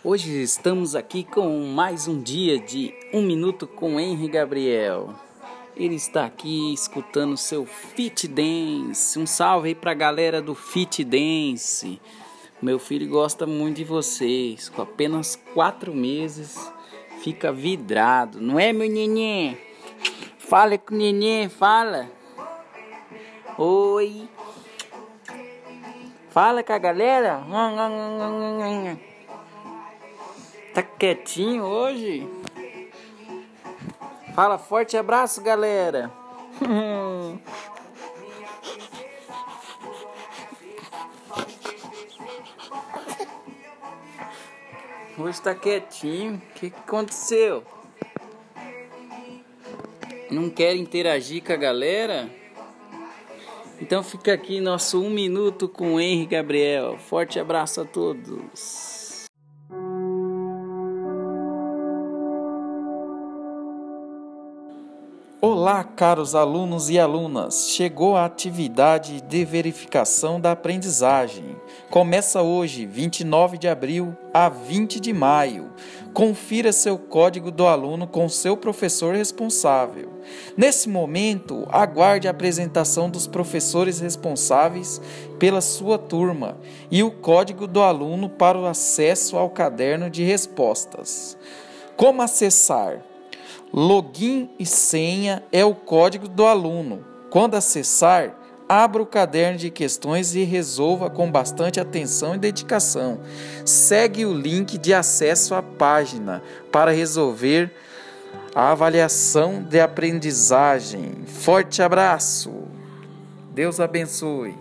Hoje estamos aqui com mais um dia de 1 minuto com Henry Gabriel. Ele está aqui escutando seu Fit Dance. Um salve aí pra galera do Fit Dance. Meu filho gosta muito de vocês. Com apenas 4 meses fica vidrado. Não é, meu neném? Fala com o neném, fala. Oi. Fala com a galera. Tá quietinho hoje? Fala, forte abraço, galera. Hoje tá quietinho. O que aconteceu? Não quer interagir com a galera? Então fica aqui nosso 1 minuto com o Henry Gabriel. Forte abraço a todos. Olá, caros alunos e alunas! Chegou a atividade de verificação da aprendizagem. Começa hoje, 29 de abril a 20 de maio. Confira seu código do aluno com seu professor responsável. Nesse momento, aguarde a apresentação dos professores responsáveis pela sua turma e o código do aluno para o acesso ao caderno de respostas. Como acessar? Login e senha é o código do aluno. Quando acessar, abra o caderno de questões e resolva com bastante atenção e dedicação. Segue o link de acesso à página para resolver a avaliação de aprendizagem. Forte abraço! Deus abençoe!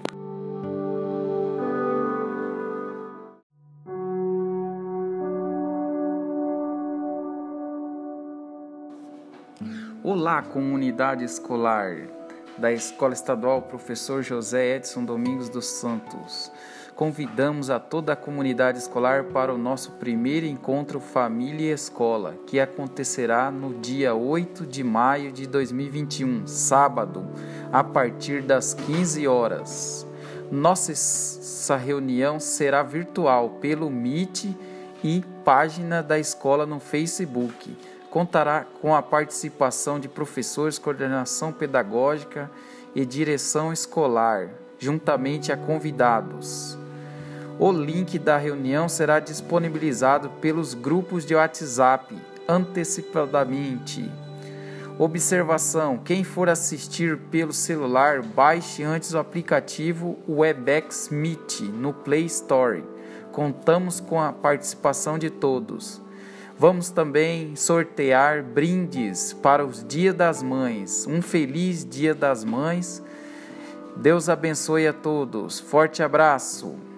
Olá, comunidade escolar da Escola Estadual Professor José Edson Domingos dos Santos. Convidamos a toda a comunidade escolar para o nosso primeiro encontro Família e Escola, que acontecerá no dia 8 de maio de 2021, sábado, a partir das 15 horas. Nossa reunião será virtual pelo Meet e página da escola no Facebook. Contará com a participação de professores, coordenação pedagógica e direção escolar, juntamente a convidados. O link da reunião será disponibilizado pelos grupos de WhatsApp antecipadamente. Observação: quem for assistir pelo celular, baixe antes o aplicativo Webex Meet no Play Store. Contamos com a participação de todos. Vamos também sortear brindes para os Dia das Mães. Um feliz Dia das Mães. Deus abençoe a todos. Forte abraço.